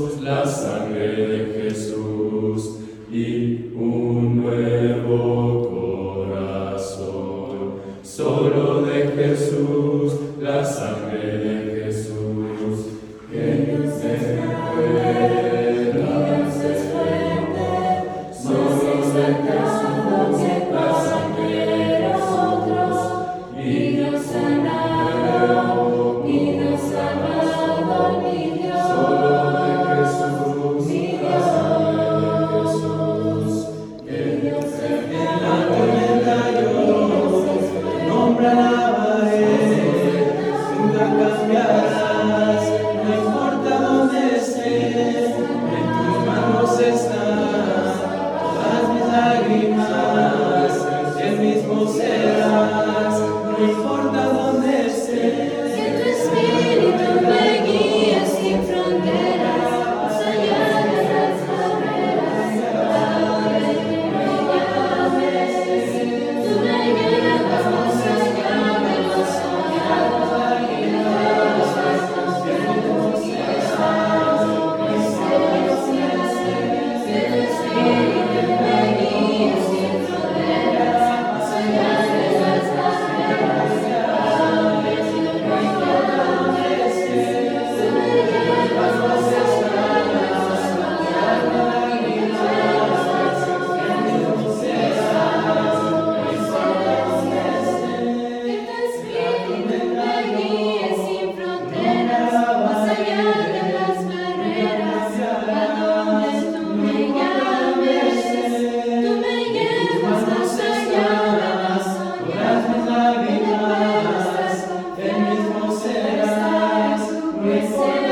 la sangre de Jesús y un nuevo corazón. Solo de Jesús, la sangre de Jesús, que no se pueda desprender. Solo de Jesús, la sangre de nosotros, y nos sanado, mi Dios. Solo de Jesús, la sangre de Jesús, que Dios se en la tormenta yo nombre alabaré, nunca cambiarás, no importa dónde estés, en tus manos están todas mis lágrimas, el mismo serás, no importa dónde estés. Que tu espíritu me guíe sin fronteras, más allá de las barreras, a donde tú me llames. Tú me llevas más allá de lo soñado, y de los pasos que hemos pisado, mis celestias. Que tu espíritu me guíe sin fronteras, más allá de las barreras, a donde tú me llames. Tú me llevas más allá de lo soñado, y de los pasos que hemos pisado, mis celestias. Que tu espíritu me guíe sin fronteras, más allá de las barreras, a donde tú me llames. Tú me llevas más allá de lo soñado, y de los pasos que hemos pisado, mis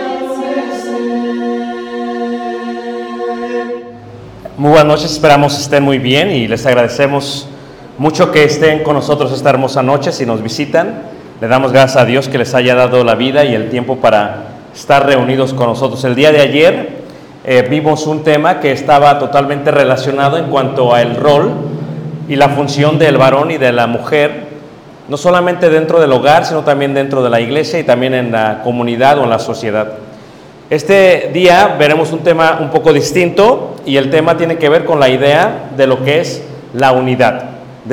celestias. Muy buenas noches, esperamos estén muy bien y les agradecemos mucho que estén con nosotros esta hermosa noche. Si nos visitan, le damos gracias a Dios que les haya dado la vida y el tiempo para estar reunidos con nosotros. El día de ayer vimos un tema que estaba totalmente relacionado en cuanto al rol y la función del varón y de la mujer, no solamente dentro del hogar, sino también dentro de la iglesia y también en la comunidad o en la sociedad. Este día veremos un tema un poco distinto y el tema tiene que ver con la idea de lo que es la unidad,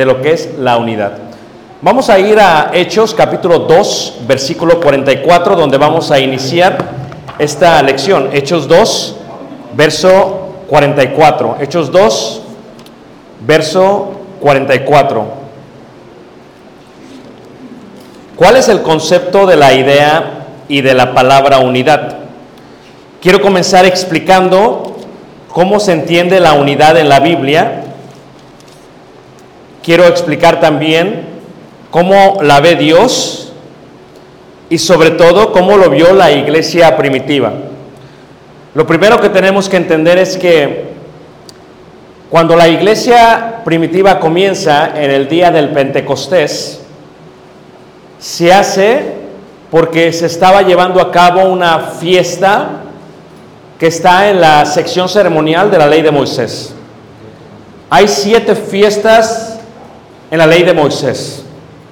Vamos a ir a Hechos capítulo 2, versículo 44, donde vamos a iniciar esta lección. Hechos 2, verso 44. Hechos 2, verso 44. ¿Cuál es el concepto de la idea y de la palabra unidad? Quiero comenzar explicando cómo se entiende la unidad en la Biblia. Quiero explicar también cómo la ve Dios y sobre todo cómo lo vio la iglesia primitiva. Lo primero que tenemos que entender es que cuando la iglesia primitiva comienza en el día del Pentecostés, se hace porque se estaba llevando a cabo una fiesta que está en la sección ceremonial de la ley de Moisés. Hay 7 fiestas en la ley de Moisés.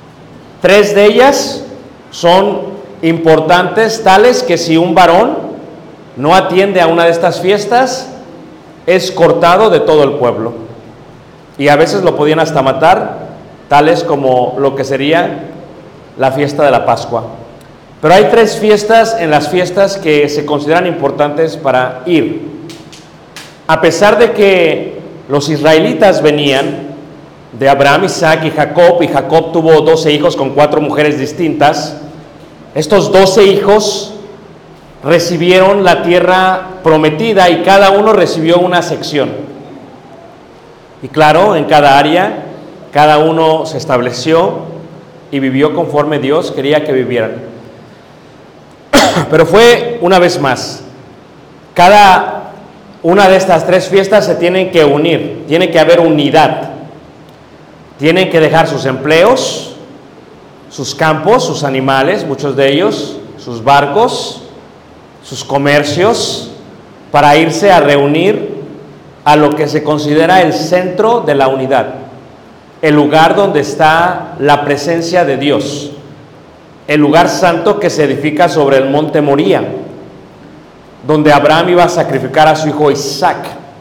3 de ellas son importantes, tales que si un varón no atiende a una de estas fiestas, es cortado de todo el pueblo. Y a veces lo podían hasta matar, tales como lo que sería la fiesta de la Pascua. Pero hay 3 fiestas en las fiestas que se consideran importantes para ir. A pesar de que los israelitas venían de Abraham, Isaac y Jacob tuvo 12 hijos con 4 mujeres distintas, estos 12 hijos recibieron la tierra prometida y cada uno recibió una sección. Y claro, en cada área, cada uno se estableció y vivió conforme Dios quería que vivieran. Pero fue una vez más, cada una de estas 3 fiestas se tienen que unir, tiene que haber unidad. Tienen que dejar sus empleos, sus campos, sus animales, muchos de ellos, sus barcos, sus comercios, para irse a reunir a lo que se considera el centro de la unidad, el lugar donde está la presencia de Dios, el lugar santo que se edifica sobre el monte Moría, donde Abraham iba a sacrificar a su hijo Isaac,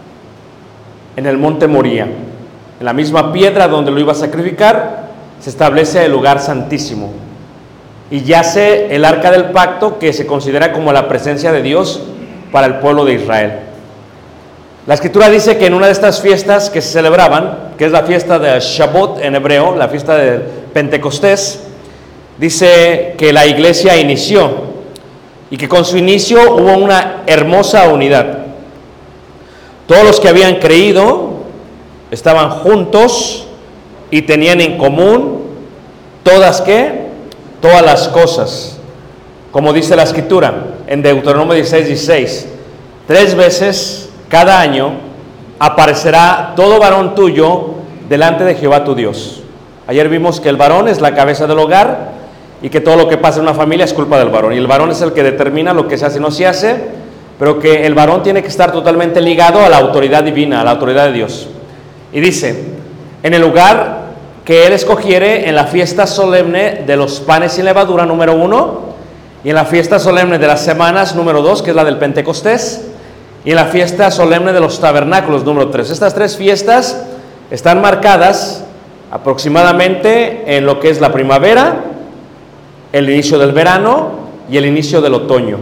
en el monte Moría. En la misma piedra donde lo iba a sacrificar, se establece el lugar santísimo. Y yace el arca del pacto, que se considera como la presencia de Dios para el pueblo de Israel. La escritura dice que en una de estas fiestas que se celebraban, que es la fiesta de Shavuot en hebreo, la fiesta de Pentecostés, dice que la iglesia inició y que con su inicio hubo una hermosa unidad. Todos los que habían creído estaban juntos y tenían en común todas las cosas, como dice la escritura en Deuteronomio 16:16. 3 veces cada año aparecerá todo varón tuyo delante de Jehová tu Dios. Ayer vimos que el varón es la cabeza del hogar y que todo lo que pasa en una familia es culpa del varón, y el varón es el que determina lo que se hace y no se hace, pero que el varón tiene que estar totalmente ligado a la autoridad divina, a la autoridad de Dios. Y dice, en el lugar que él escogiere, en la fiesta solemne de los panes sin levadura número 1, y en la fiesta solemne de las semanas número 2, que es la del Pentecostés, y en la fiesta solemne de los tabernáculos número 3. Estas 3 fiestas están marcadas aproximadamente en lo que es la primavera, el inicio del verano y el inicio del otoño.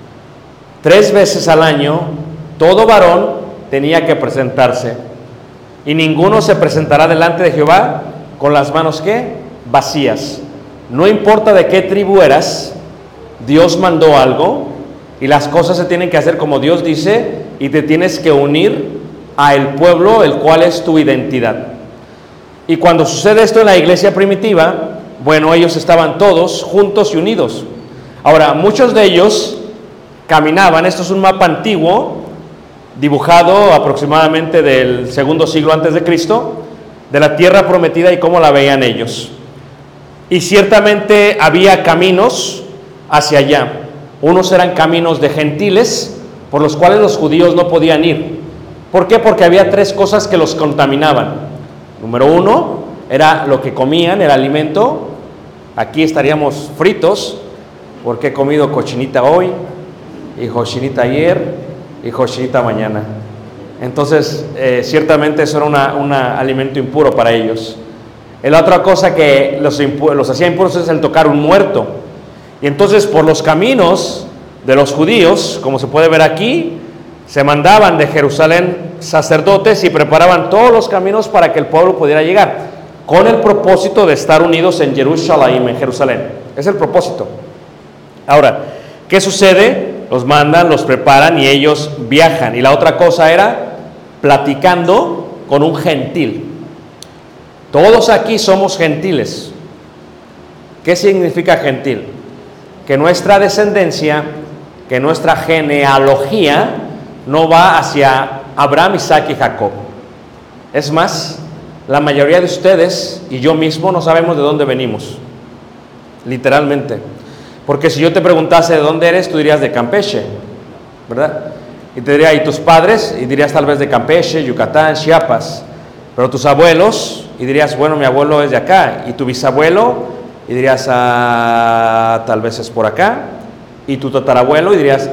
3 veces al año todo varón tenía que presentarse, y ninguno se presentará delante de Jehová con las manos vacías. No importa de qué tribu eras, Dios mandó algo y las cosas se tienen que hacer como Dios dice, y te tienes que unir a el pueblo, el cual es tu identidad. Y cuando sucede esto en la iglesia primitiva, bueno, ellos estaban todos juntos y unidos. Ahora, muchos de ellos caminaban, esto es un mapa antiguo, dibujado aproximadamente del 2º siglo antes de Cristo, de la tierra prometida y cómo la veían ellos. Y ciertamente había caminos hacia allá. Unos eran caminos de gentiles, por los cuales los judíos no podían ir. ¿Por qué? Porque había 3 cosas que los contaminaban. Número 1, era lo que comían, el alimento. Aquí estaríamos fritos, porque he comido cochinita hoy, y cochinita ayer, y cochinita mañana. Entonces, ciertamente eso era un alimento impuro para ellos. La otra cosa que los hacía impuros es el tocar un muerto. Y entonces, por los caminos de los judíos, como se puede ver aquí, se mandaban de Jerusalén sacerdotes y preparaban todos los caminos para que el pueblo pudiera llegar, con el propósito de estar unidos en Jerusalén, en Jerusalén. Es el propósito. Ahora, ¿qué sucede? Los mandan, los preparan y ellos viajan. Y la otra cosa era platicando con un gentil. Todos aquí somos gentiles. ¿Qué significa gentil? Que nuestra descendencia, que nuestra genealogía no va hacia Abraham, Isaac y Jacob. Es más, la mayoría de ustedes y yo mismo no sabemos de dónde venimos, literalmente. Porque si yo te preguntase de dónde eres, tú dirías de Campeche, ¿verdad? Y te diría, ¿y tus padres? Y dirías tal vez de Campeche, Yucatán, Chiapas. Pero tus abuelos, y dirías, bueno, mi abuelo es de acá. Y tu bisabuelo, y dirías, tal vez es por acá. Y tu tatarabuelo, y dirías,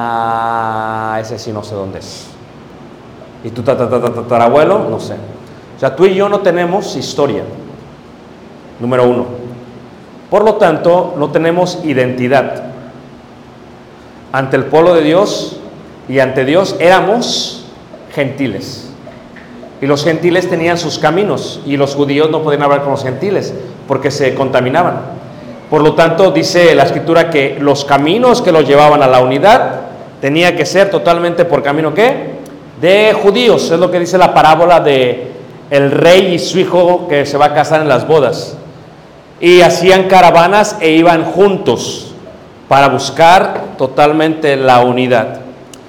ese sí no sé dónde es. Y tu tatarabuelo, no sé. O sea, tú y yo no tenemos historia, número 1. Por lo tanto, no tenemos identidad. Ante el pueblo de Dios y ante Dios éramos gentiles. Y los gentiles tenían sus caminos, y los judíos no podían hablar con los gentiles porque se contaminaban. Por lo tanto, dice la escritura que los caminos que los llevaban a la unidad tenía que ser totalmente por camino de judíos. Es lo que dice la parábola de el rey y su hijo que se va a casar en las bodas. Y hacían caravanas e iban juntos para buscar totalmente la unidad.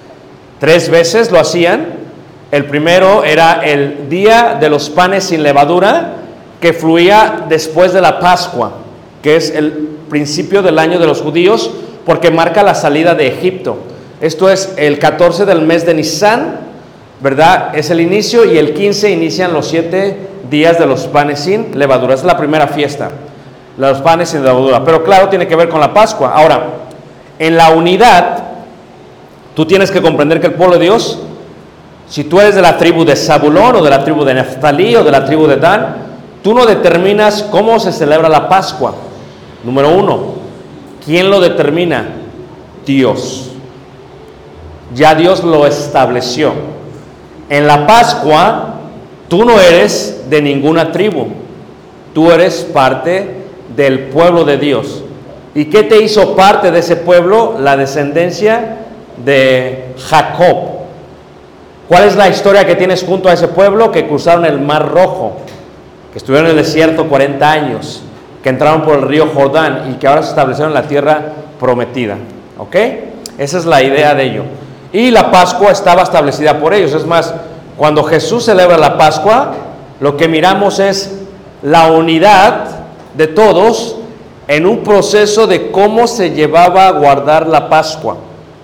3 veces lo hacían. El primero era el día de los panes sin levadura, que fluía después de la Pascua, que es el principio del año de los judíos, porque marca la salida de Egipto. Esto es el 14 del mes de Nisan, ¿verdad? Es el inicio, y el 15 inician los 7 días de los panes sin levadura. Es la primera fiesta, los panes sin levadura. Pero claro, tiene que ver con la Pascua. Ahora, en la unidad Tú tienes que comprender que el pueblo de Dios, si tú eres de la tribu de Zabulón o de la tribu de Neftalí o de la tribu de Dan, tú no determinas cómo se celebra la Pascua. Número uno, ¿quién lo determina? Dios. Ya Dios lo estableció. En la Pascua, tú no eres de ninguna tribu. Tú eres parte del pueblo de Dios. ¿Y qué te hizo parte de ese pueblo? La descendencia de Jacob. ¿Cuál es la historia que tienes junto a ese pueblo? Que cruzaron el Mar Rojo, que estuvieron en el desierto 40 años, que entraron por el río Jordán y que ahora se establecieron en la tierra prometida. ¿Ok? Esa es la idea de ello. Y la Pascua estaba establecida por ellos. Es más, cuando Jesús celebra la Pascua, lo que miramos es la unidad de todos en un proceso de cómo se llevaba a guardar la Pascua.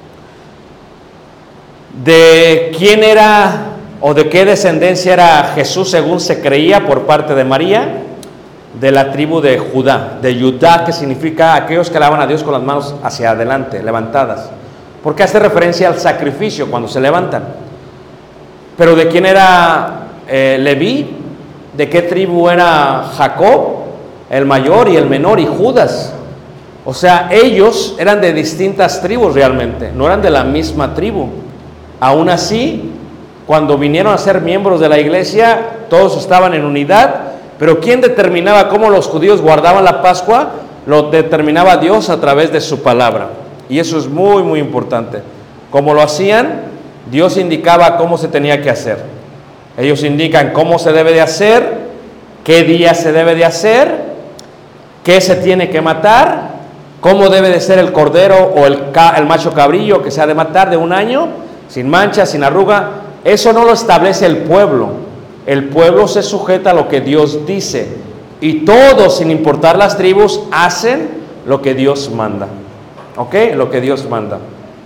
¿De quién era o de qué descendencia era Jesús según se creía por parte de María? De la tribu de Judá, de Judá, que significa aquellos que alaban a Dios con las manos hacia adelante, levantadas, porque hace referencia al sacrificio cuando se levantan. Pero ¿de quién era Leví? ¿De qué tribu era Jacob? El mayor y el menor, y Judas. O sea, ellos eran de distintas tribus realmente, no eran de la misma tribu. Aún así, cuando vinieron a ser miembros de la iglesia, todos estaban en unidad. Pero ¿quién determinaba cómo los judíos guardaban la Pascua? Lo determinaba Dios a través de su palabra. Y eso es muy, muy importante. Como lo hacían, Dios indicaba cómo se tenía que hacer. Ellos indican cómo se debe de hacer, qué día se debe de hacer, qué se tiene que matar, cómo debe de ser el cordero o el macho cabrillo que se ha de matar de un año, sin mancha, sin arruga. Eso no lo establece el pueblo. El pueblo se sujeta a lo que Dios dice. Y todos, sin importar las tribus, hacen lo que Dios manda. ¿Ok? Lo que Dios manda.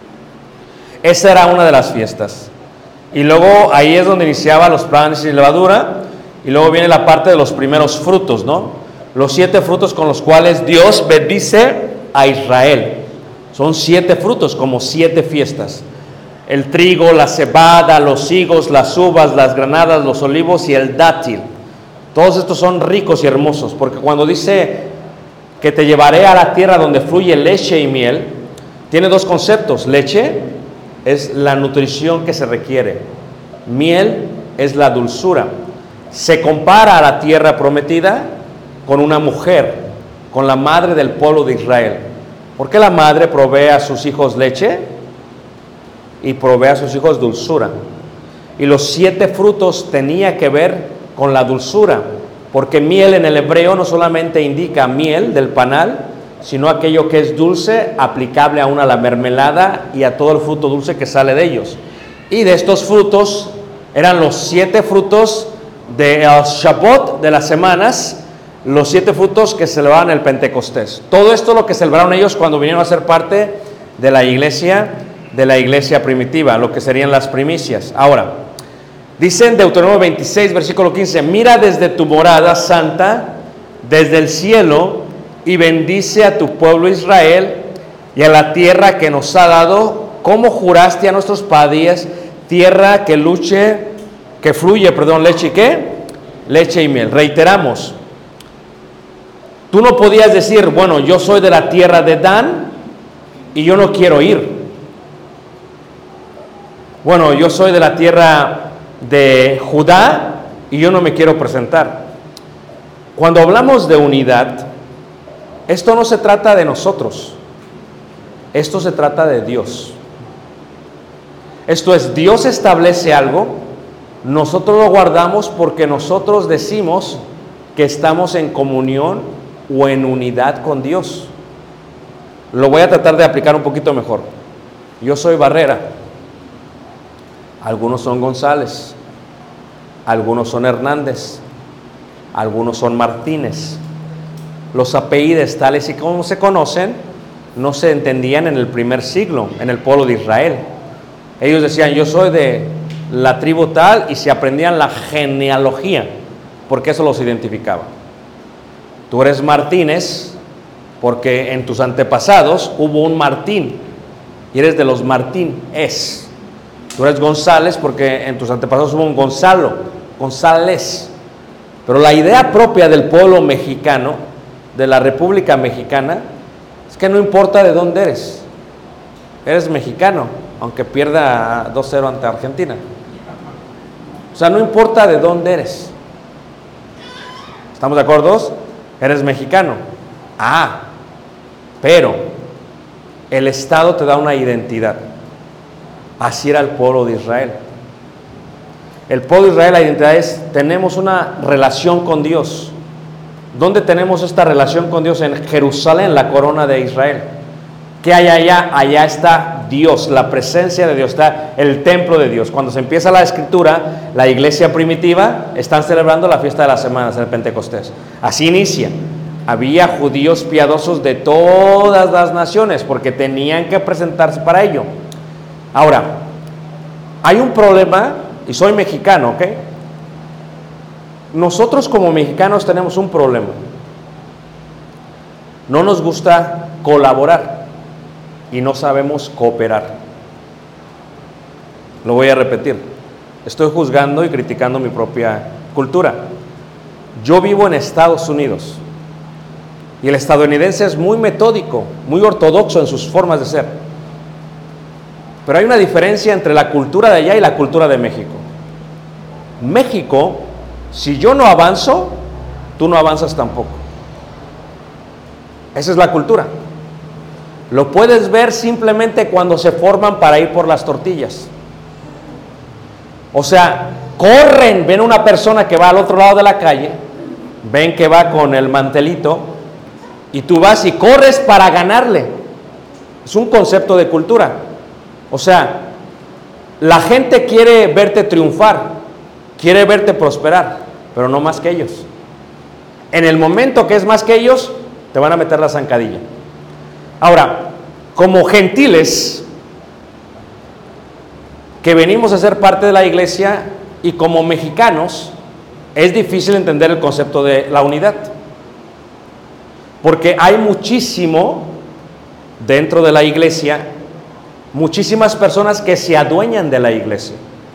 Esa era una de las fiestas. Y luego ahí es donde iniciaba los panes sin levadura. Y luego viene la parte de los primeros frutos, ¿no? Los 7 frutos con los cuales Dios bendice a Israel. Son 7 frutos, como 7 fiestas. El trigo, la cebada, los higos, las uvas, las granadas, los olivos y el dátil. Todos estos son ricos y hermosos, porque cuando dice que te llevaré a la tierra donde fluye leche y miel, tiene 2 conceptos. Leche es la nutrición que se requiere. Miel es la dulzura. Se compara a la tierra prometida con una mujer, con la madre del pueblo de Israel. ¿Por qué la madre provee a sus hijos leche? Y provee a sus hijos dulzura. Y los 7 frutos tenía que ver con la dulzura, porque miel en el hebreo no solamente indica miel del panal, sino aquello que es dulce, aplicable aún a la mermelada y a todo el fruto dulce que sale de ellos. Y de estos frutos eran los 7 frutos de Shavuot, de las semanas, los 7 frutos que celebraban el Pentecostés. Todo esto lo que celebraron ellos cuando vinieron a ser parte de la iglesia primitiva, lo que serían las primicias. Ahora, dice en Deuteronomio 26, versículo 15, mira desde tu morada santa, desde el cielo, y bendice a tu pueblo Israel y a la tierra que nos ha dado, como juraste a nuestros padres, tierra que fluye, leche y ¿qué? Leche y miel. Reiteramos, tú no podías decir, bueno, yo soy de la tierra de Dan y yo no quiero ir. Bueno, yo soy de la tierra de Judá y yo no me quiero presentar. Cuando hablamos de unidad, esto no se trata de nosotros, esto se trata de Dios. Esto es, Dios establece algo, nosotros lo guardamos porque nosotros decimos que estamos en comunión o en unidad con Dios. Lo voy a tratar de aplicar un poquito mejor. Yo soy Barrera. Algunos son González, algunos son Hernández, algunos son Martínez. Los apellidos tales y como se conocen no se entendían en el primer siglo, en el pueblo de Israel. Ellos decían, yo soy de la tribu tal, y se aprendían la genealogía, porque eso los identificaba. Tú eres Martínez porque en tus antepasados hubo un Martín, y eres de los Martín, tú eres González porque en tus antepasados hubo un Gonzalo, González. Pero la idea propia del pueblo mexicano, de la República Mexicana, es que no importa de dónde eres mexicano, aunque pierda 2-0 ante Argentina. O sea, no importa de dónde eres. ¿Estamos de acuerdo? Eres mexicano. Pero el Estado te da una identidad. Así era el pueblo de Israel. El pueblo de Israel, la identidad es, tenemos una relación con Dios. ¿Dónde tenemos esta relación con Dios? En Jerusalén, la corona de Israel. ¿Qué hay allá? Allá está Dios, la presencia de Dios, está el templo de Dios. Cuando se empieza la escritura, la iglesia primitiva están celebrando la fiesta de las semanas, el Pentecostés. Así inicia. Había judíos piadosos de todas las naciones porque tenían que presentarse para ello. Ahora, hay un problema, y soy mexicano, ¿ok? Nosotros como mexicanos tenemos un problema. No nos gusta colaborar y no sabemos cooperar. Lo voy a repetir. Estoy juzgando y criticando mi propia cultura. Yo vivo en Estados Unidos y el estadounidense es muy metódico, muy ortodoxo en sus formas de ser. Pero hay una diferencia entre la cultura de allá y la cultura de México. México, si yo no avanzo, tú no avanzas tampoco. Esa es la cultura. Lo puedes ver simplemente cuando se forman para ir por las tortillas. O sea, corren, ven a una persona que va al otro lado de la calle, ven que va con el mantelito, y tú vas y corres para ganarle. Es un concepto de cultura. O sea, la gente quiere verte triunfar, quiere verte prosperar, pero no más que ellos. En el momento que es más que ellos, te van a meter la zancadilla. Ahora, como gentiles que venimos a ser parte de la iglesia y como mexicanos, es difícil entender el concepto de la unidad. Porque hay muchísimo dentro de la iglesia, muchísimas personas que se adueñan de la iglesia.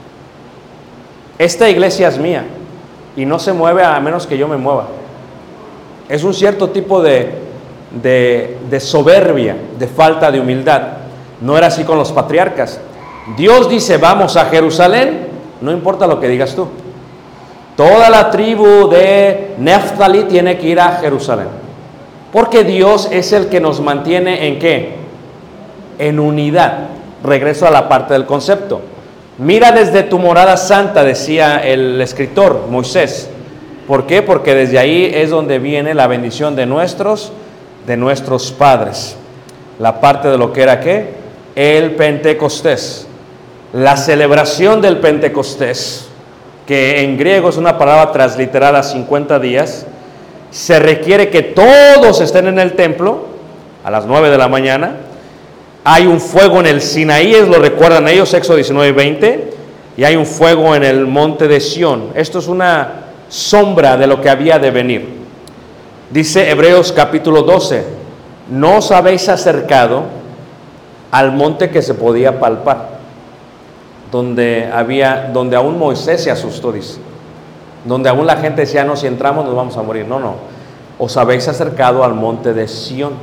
Esta iglesia es mía y no se mueve a menos que yo me mueva. Es un cierto tipo de soberbia, de falta de humildad. No era así con los patriarcas. Dios dice, vamos a Jerusalén, no importa lo que digas tú. Toda la tribu de Neftalí tiene que ir a Jerusalén. Porque Dios es el que nos mantiene ¿en qué? En unidad. Regreso a la parte del concepto. Mira desde tu morada santa, decía el escritor Moisés. ¿Por qué? Porque desde ahí es donde viene la bendición de nuestros padres. La parte de lo que era ¿qué? El Pentecostés. La celebración del Pentecostés, que en griego es una palabra transliterada 50 días, se requiere que todos estén en el templo a las 9 de la mañana. Hay un fuego en el Sinaí, lo recuerdan ellos, Éxodo 19:20, y hay un fuego en el monte de Sión. Esto es una sombra de lo que había de venir. Dice Hebreos capítulo 12, no os habéis acercado al monte que se podía palpar, donde aún Moisés se asustó, dice, donde aún la gente decía, no, si entramos nos vamos a morir. No, os habéis acercado al monte de Sión.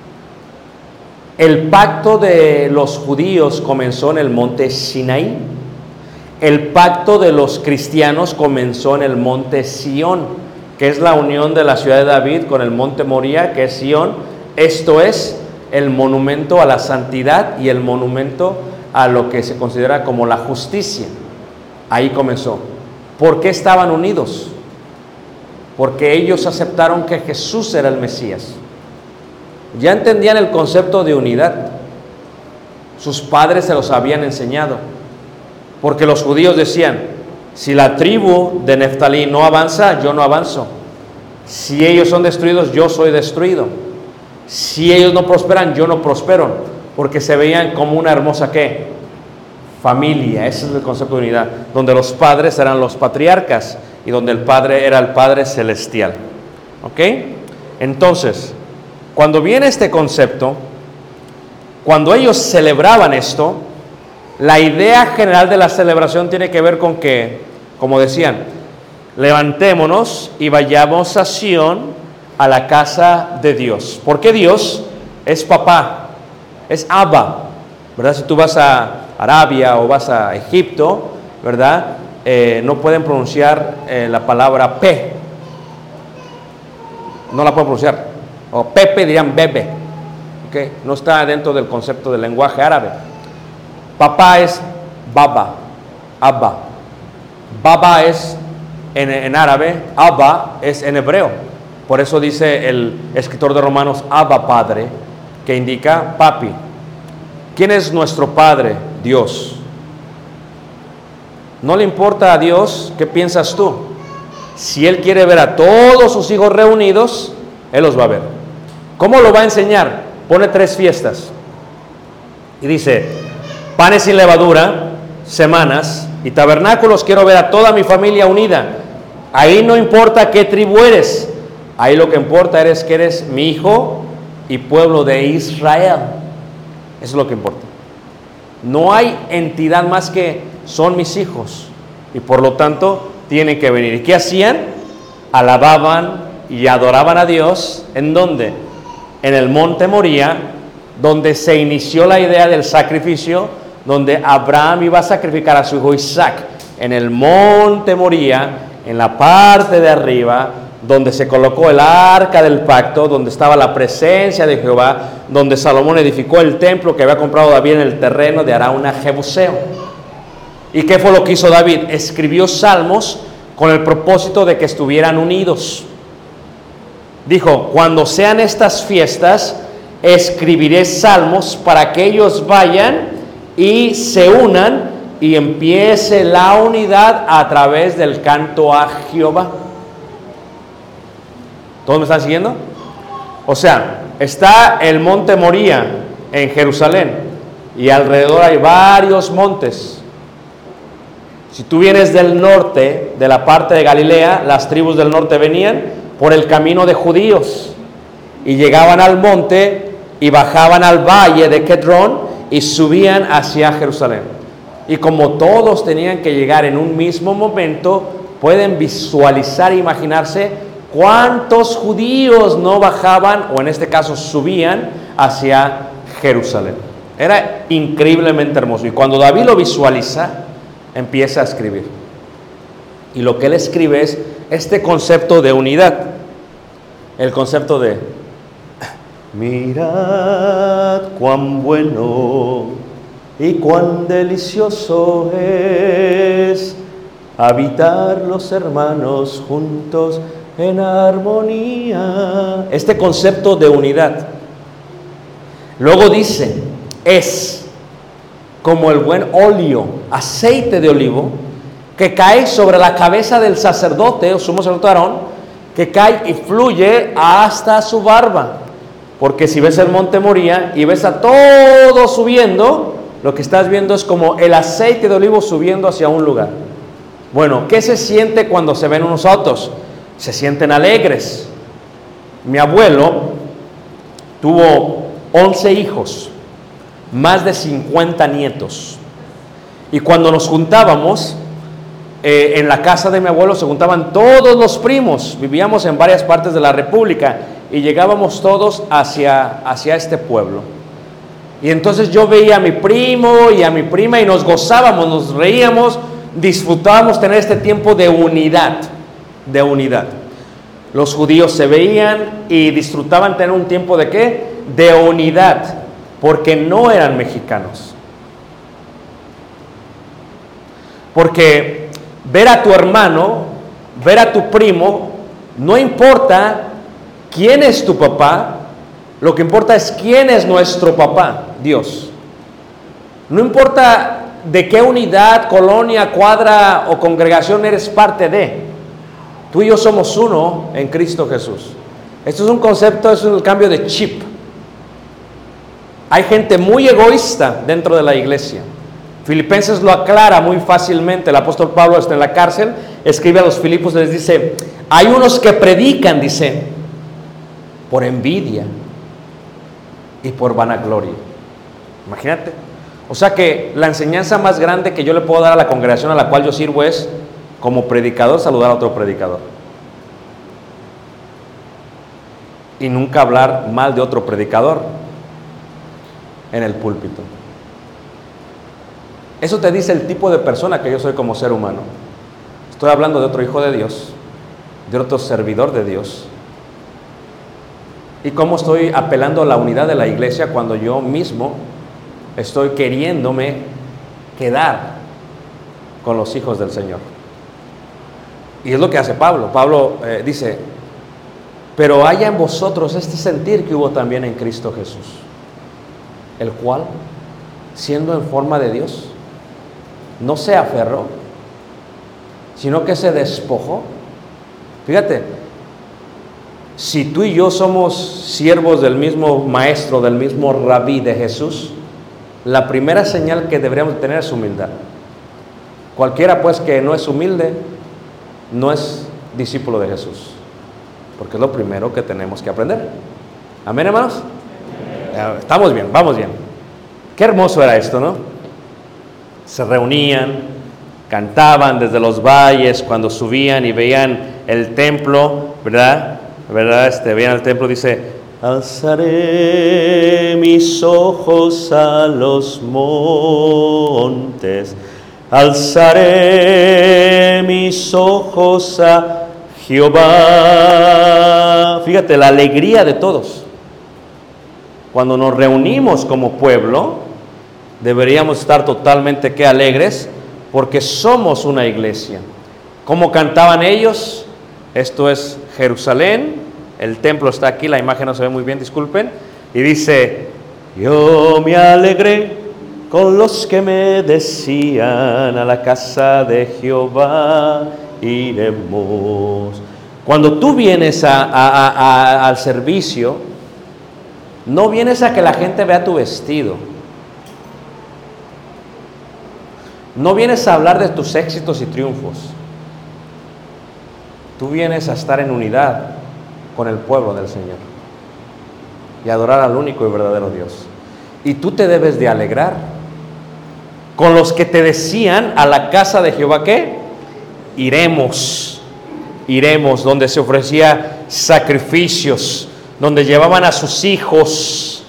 El pacto de los judíos comenzó en el monte Sinaí. El pacto de los cristianos comenzó en el monte Sión, que es la unión de la ciudad de David con el monte Moría, que es Sión. Esto es el monumento a la santidad y el monumento a lo que se considera como la justicia. Ahí comenzó. ¿Por qué estaban unidos? Porque ellos aceptaron que Jesús era el Mesías. Ya entendían el concepto de unidad. Sus padres se los habían enseñado. Porque los judíos decían, si la tribu de Neftalí no avanza, yo no avanzo. Si ellos son destruidos, yo soy destruido. Si ellos no prosperan, yo no prospero. Porque se veían como una hermosa ¿qué? Familia. Ese es el concepto de unidad. Donde los padres eran los patriarcas y donde el Padre era el Padre celestial. ¿Ok? Entonces, cuando viene este concepto, cuando ellos celebraban esto, la idea general de la celebración tiene que ver con que, como decían, levantémonos y vayamos a Sión, a la casa de Dios. Porque Dios es papá, es Abba, ¿verdad? Si tú vas a Arabia o vas a Egipto, ¿verdad? No pueden pronunciar la palabra P. No la pueden pronunciar. O Pepe dirían bebe. ¿Okay? No está dentro del concepto del lenguaje árabe. Papá es Baba, Abba. Baba es en árabe, Abba es en hebreo. Por eso dice el escritor de Romanos, Abba Padre, que indica papi. ¿Quién es nuestro Padre? Dios. No le importa a Dios qué piensas tú. Si Él quiere ver a todos sus hijos reunidos, Él los va a ver. ¿Cómo lo va a enseñar? Pone 3 fiestas. Y dice, panes sin levadura, semanas y tabernáculos. Quiero ver a toda mi familia unida. Ahí no importa qué tribu eres. Ahí lo que importa es que eres mi hijo y pueblo de Israel. Eso es lo que importa. No hay entidad más que son mis hijos. Y por lo tanto tienen que venir. ¿Y qué hacían? Alababan y adoraban a Dios. ¿En dónde? En el monte Moría, donde se inició la idea del sacrificio, donde Abraham iba a sacrificar a su hijo Isaac. En el monte Moría, en la parte de arriba, donde se colocó el arca del pacto, donde estaba la presencia de Jehová, donde Salomón edificó el templo que había comprado David en el terreno de Arauna Jebuseo. ¿Y qué fue lo que hizo David? Escribió salmos con el propósito de que estuvieran unidos. Dijo, cuando sean estas fiestas, escribiré salmos para que ellos vayan y se unan y empiece la unidad a través del canto a Jehová. ¿Todos me están siguiendo? O sea, está el monte Moría en Jerusalén y alrededor hay varios montes. Si tú vienes del norte, de la parte de Galilea, las tribus del norte venían por el camino de judíos y llegaban al monte y bajaban al valle de Kedrón y subían hacia Jerusalén. Y como todos tenían que llegar en un mismo momento, pueden visualizar e imaginarse ¿cuántos judíos no bajaban, o en este caso subían, hacia Jerusalén? Era increíblemente hermoso. Y cuando David lo visualiza, empieza a escribir. Y lo que él escribe es este concepto de unidad. El concepto de, mirad cuán bueno y cuán delicioso es habitar los hermanos juntos en armonía. Este concepto de unidad. Luego dice, es como el buen óleo, aceite de olivo, que cae sobre la cabeza del sacerdote, o sumo sacerdote Aarón, que cae y fluye hasta su barba. Porque si ves el monte Moría y ves a todos subiendo, lo que estás viendo es como el aceite de olivo subiendo hacia un lugar. Bueno, ¿qué se siente cuando se ven unos a otros? Se sienten alegres. Mi abuelo tuvo 11 hijos, más de 50 nietos. Y cuando nos juntábamos, en la casa de mi abuelo se juntaban todos los primos. Vivíamos en varias partes de la República y llegábamos todos hacia este pueblo. Y entonces yo veía a mi primo y a mi prima y nos gozábamos, nos reíamos, disfrutábamos tener este tiempo de unidad. De unidad. Los judíos se veían y disfrutaban tener un tiempo de ¿qué? De unidad, porque no eran mexicanos. Porque ver a tu hermano, ver a tu primo, no importa quién es tu papá, lo que importa es quién es nuestro papá, Dios. No importa de qué unidad, colonia, cuadra o congregación eres parte de. Tú y yo somos uno en Cristo Jesús. Esto es un concepto, es un cambio de chip. Hay gente muy egoísta dentro de la iglesia. Filipenses lo aclara muy fácilmente. El apóstol Pablo está en la cárcel, escribe a los Filipos y les dice, hay unos que predican, dice, por envidia y por vanagloria. Imagínate. O sea que la enseñanza más grande que yo le puedo dar a la congregación a la cual yo sirvo es, como predicador, saludar a otro predicador. Y nunca hablar mal de otro predicador en el púlpito. Eso te dice el tipo de persona que yo soy como ser humano. Estoy hablando de otro hijo de Dios, de otro servidor de Dios. Y cómo estoy apelando a la unidad de la iglesia cuando yo mismo estoy queriéndome quedar con los hijos del Señor. Y es lo que hace Pablo. Pablo dice, pero haya en vosotros este sentir que hubo también en Cristo Jesús, el cual, siendo en forma de Dios, no se aferró, sino que se despojó. Fíjate, si tú y yo somos siervos del mismo maestro, del mismo rabí de Jesús, la primera señal que deberíamos tener es humildad. Cualquiera pues que no es humilde, no es discípulo de Jesús, porque es lo primero que tenemos que aprender. ¿Amén, hermanos? Estamos bien, vamos bien. Qué hermoso era esto, ¿no? Se reunían, cantaban desde los valles cuando subían y veían el templo, ¿verdad? Veían el templo, dice, alzaré mis ojos a los montes, alzaré mis ojos a Jehová. Fíjate, la alegría de todos. Cuando nos reunimos como pueblo, deberíamos estar totalmente alegres, porque somos una iglesia. ¿Cómo cantaban ellos? Esto es Jerusalén, el templo está aquí, la imagen no se ve muy bien, disculpen, y dice, yo me alegré con los que me decían, a la casa de Jehová iremos. Cuando tú vienes al servicio, no vienes a que la gente vea tu vestido, no vienes a hablar de tus éxitos y triunfos. Tú vienes a estar en unidad con el pueblo del Señor y adorar al único y verdadero Dios. Y tú te debes de alegrar con los que te decían, a la casa de Jehová, ¿qué? Iremos, donde se ofrecía sacrificios, donde llevaban a sus hijos.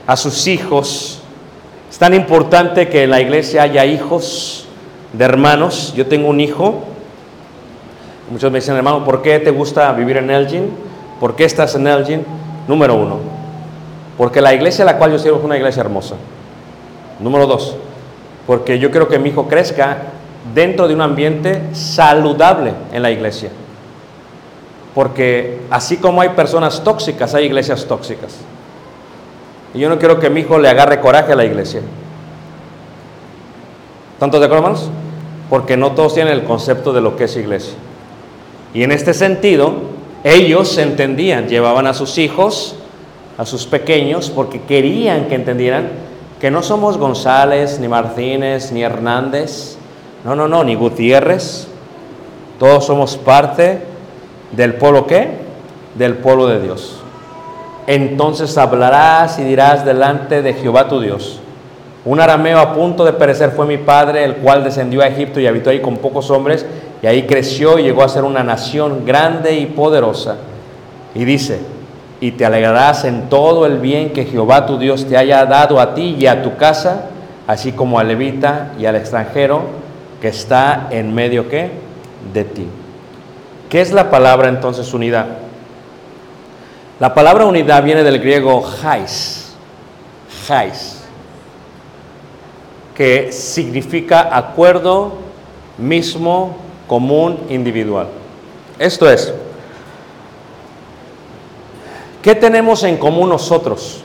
Es tan importante que en la iglesia haya hijos de hermanos. Yo tengo un hijo. Muchos me dicen, hermano, ¿por qué te gusta vivir en Elgin? ¿Por qué estás en Elgin? Número 1, porque la iglesia a la cual yo sirvo es una iglesia hermosa. Número 2, porque yo quiero que mi hijo crezca dentro de un ambiente saludable en la iglesia. Porque así como hay personas tóxicas, hay iglesias tóxicas. Y yo no quiero que mi hijo le agarre coraje a la iglesia. ¿Están todos de acuerdo, hermanos? Porque no todos tienen el concepto de lo que es iglesia. Y en este sentido, ellos entendían, llevaban a sus hijos, a sus pequeños, porque querían que entendieran que no somos González, ni Martínez, ni Hernández, no, ni Gutiérrez. Todos somos parte del pueblo, ¿qué? Del pueblo de Dios. Entonces hablarás y dirás delante de Jehová tu Dios: un arameo a punto de perecer fue mi padre, el cual descendió a Egipto y habitó ahí con pocos hombres, y ahí creció y llegó a ser una nación grande y poderosa. Y dice: y te alegrarás en todo el bien que Jehová tu Dios te haya dado a ti y a tu casa, así como al levita y al extranjero que está en medio, ¿qué? De ti. ¿Qué es la palabra entonces unidad? La palabra unidad viene del griego hais, que significa acuerdo, mismo, común, individual. Esto es, ¿qué tenemos en común nosotros?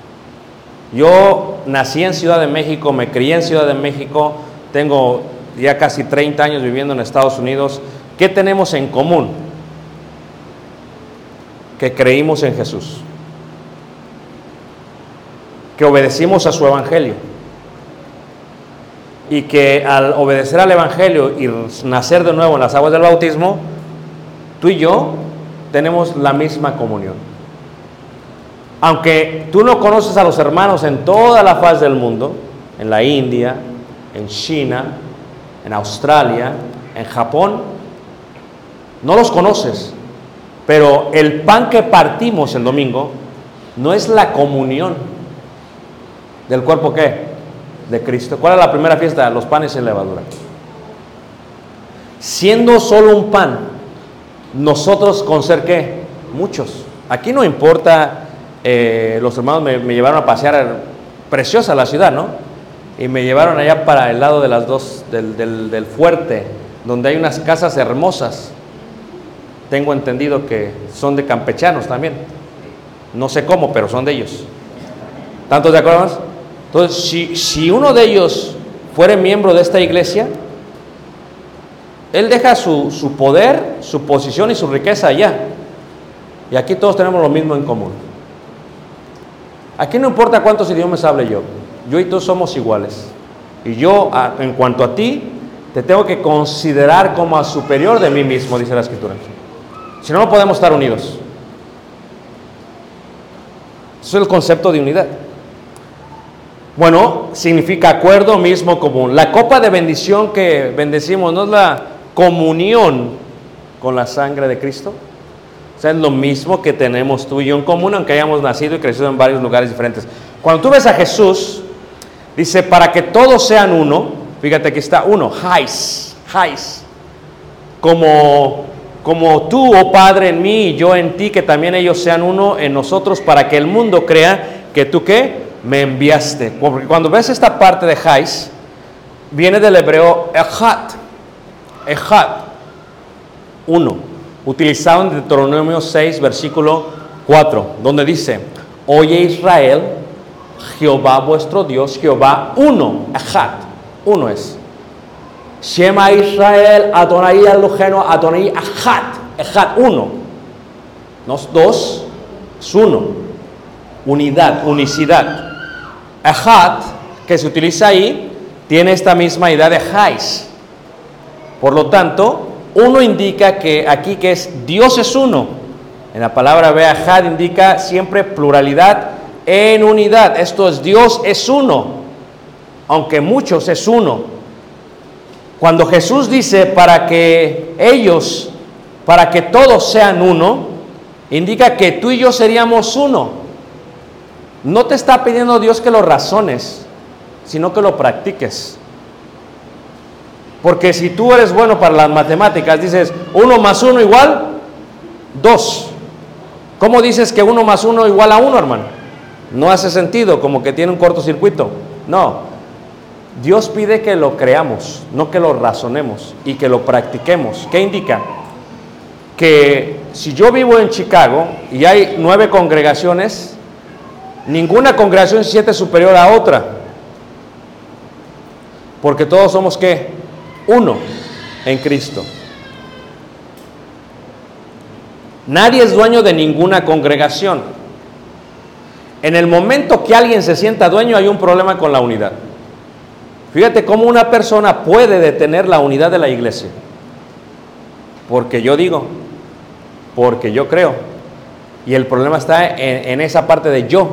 Yo nací en Ciudad de México, me crié en Ciudad de México, tengo ya casi 30 años viviendo en Estados Unidos. ¿Qué tenemos en común? Que creímos en Jesús, que obedecimos a su evangelio, y que al obedecer al evangelio y nacer de nuevo en las aguas del bautismo, tú y yo tenemos la misma comunión. Aunque tú no conoces a los hermanos en toda la faz del mundo, en la India, en China, en Australia, en Japón, no los conoces, pero el pan que partimos el domingo no es la comunión del cuerpo, ¿qué? De Cristo. ¿Cuál es la primera fiesta? Los panes sin levadura. Siendo solo un pan, nosotros con ser, ¿qué? Muchos. Aquí no importa, los hermanos me llevaron a pasear, preciosa la ciudad, ¿no? Y me llevaron allá para el lado de las dos, del fuerte, donde hay unas casas hermosas. Tengo entendido que son de campechanos también. No sé cómo, pero son de ellos. ¿Tantos de acuerdo más? Entonces, si uno de ellos fuera miembro de esta iglesia, él deja su poder, su posición y su riqueza allá. Y aquí todos tenemos lo mismo en común. Aquí no importa cuántos idiomas hable yo y tú somos iguales. Y yo, en cuanto a ti, te tengo que considerar como a superior de mí mismo, dice la Escritura. Si no, no podemos estar unidos. Eso es el concepto de unidad. Bueno, significa acuerdo mismo común. La copa de bendición que bendecimos no es la comunión con la sangre de Cristo. O sea, es lo mismo que tenemos tú y yo en común, aunque hayamos nacido y crecido en varios lugares diferentes. Cuando tú ves a Jesús, dice, para que todos sean uno. Fíjate, aquí está uno, hais. Como tú, oh Padre, en mí y yo en ti, que también ellos sean uno en nosotros, para que el mundo crea que tú, ¿qué? Me enviaste. Porque cuando ves esta parte de hais, viene del hebreo echad, uno, utilizado en Deuteronomio 6, versículo 4, donde dice, oye Israel, Jehová vuestro Dios, Jehová uno, echad, uno es. Shema Israel, Adonai Eloheinu, Adonai echad, uno. No es dos, es uno. Unidad, unicidad. Echad, que se utiliza ahí, tiene esta misma idea de hais. Por lo tanto, uno indica que aquí que es Dios es uno. En la palabra echad indica siempre pluralidad en unidad. Esto es Dios es uno, aunque muchos es uno. Cuando Jesús dice para que todos sean uno, indica que tú y yo seríamos uno. No te está pidiendo Dios que lo razones, sino que lo practiques. Porque si tú eres bueno para las matemáticas, dices 1 más 1 igual 2. ¿Cómo dices que 1 más 1 igual a 1, hermano? No hace sentido, como que tiene un cortocircuito. No. Dios pide que lo creamos, no que lo razonemos y que lo practiquemos. ¿Qué indica? Que si yo vivo en Chicago y hay 9 congregaciones, ninguna congregación se siente superior a otra. Porque todos somos ¿qué? Uno en Cristo. Nadie es dueño de ninguna congregación. En el momento que alguien se sienta dueño, hay un problema con la unidad. Fíjate cómo una persona puede detener la unidad de la iglesia. Porque yo digo, porque yo creo. Y el problema está en esa parte de yo.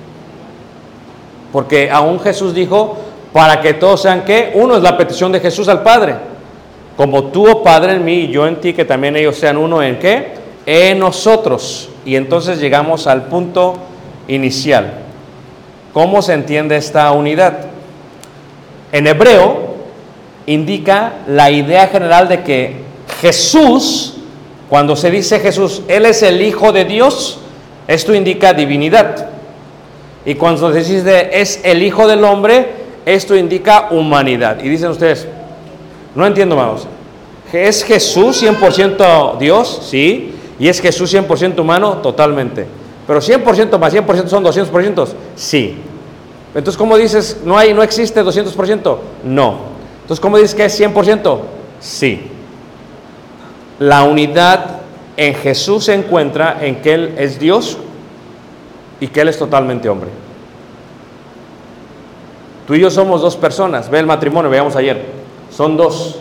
Porque aún Jesús dijo, para que todos sean ¿qué? Uno, es la petición de Jesús al Padre. Como tú, oh Padre, en mí y yo en ti, que también ellos sean uno en ¿qué? En nosotros. Y entonces llegamos al punto inicial. ¿Cómo se entiende esta unidad? En hebreo indica la idea general de que Jesús, cuando se dice Jesús, Él es el Hijo de Dios, esto indica divinidad. Y cuando se dice es el Hijo del Hombre, esto indica humanidad. Y dicen ustedes, no entiendo, hermanos, ¿es Jesús 100% Dios? Sí. ¿Y es Jesús 100% humano? Totalmente. ¿Pero 100% más 100% son 200%? Sí. Entonces, ¿cómo dices no existe 200%? No. Entonces, ¿cómo dices que es 100%? Sí. La unidad en Jesús se encuentra en que Él es Dios y que Él es totalmente hombre. Tú y yo somos dos personas. Ve el matrimonio, veíamos ayer. Son dos.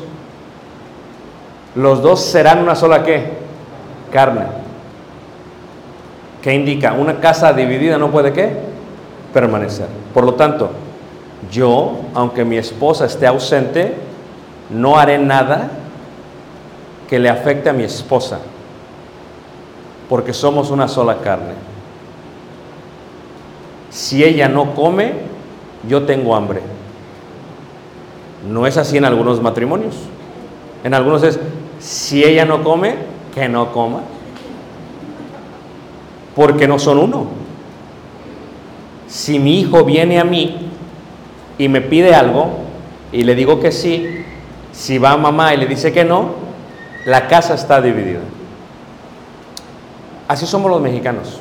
Los dos serán una sola ¿qué? Carne. ¿Qué indica? Una casa dividida no puede ¿qué? Permanecer. Por lo tanto, yo, aunque mi esposa esté ausente, no haré nada que le afecte a mi esposa, porque somos una sola carne. Si ella no come, yo tengo hambre. No es así en algunos matrimonios. En algunos es, si ella no come, que no coma, porque no son uno. Si mi hijo viene a mí y me pide algo y le digo que sí, si va a mamá y le dice que no, la casa está dividida. Así somos los mexicanos.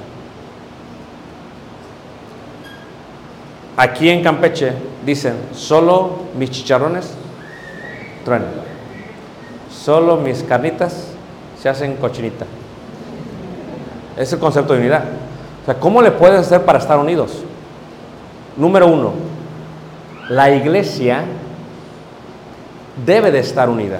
Aquí en Campeche dicen, solo mis chicharrones truenan, solo mis carnitas se hacen cochinita. Es el concepto de unidad. O sea, ¿cómo le puedes hacer para estar unidos? Número uno, la iglesia debe de estar unida.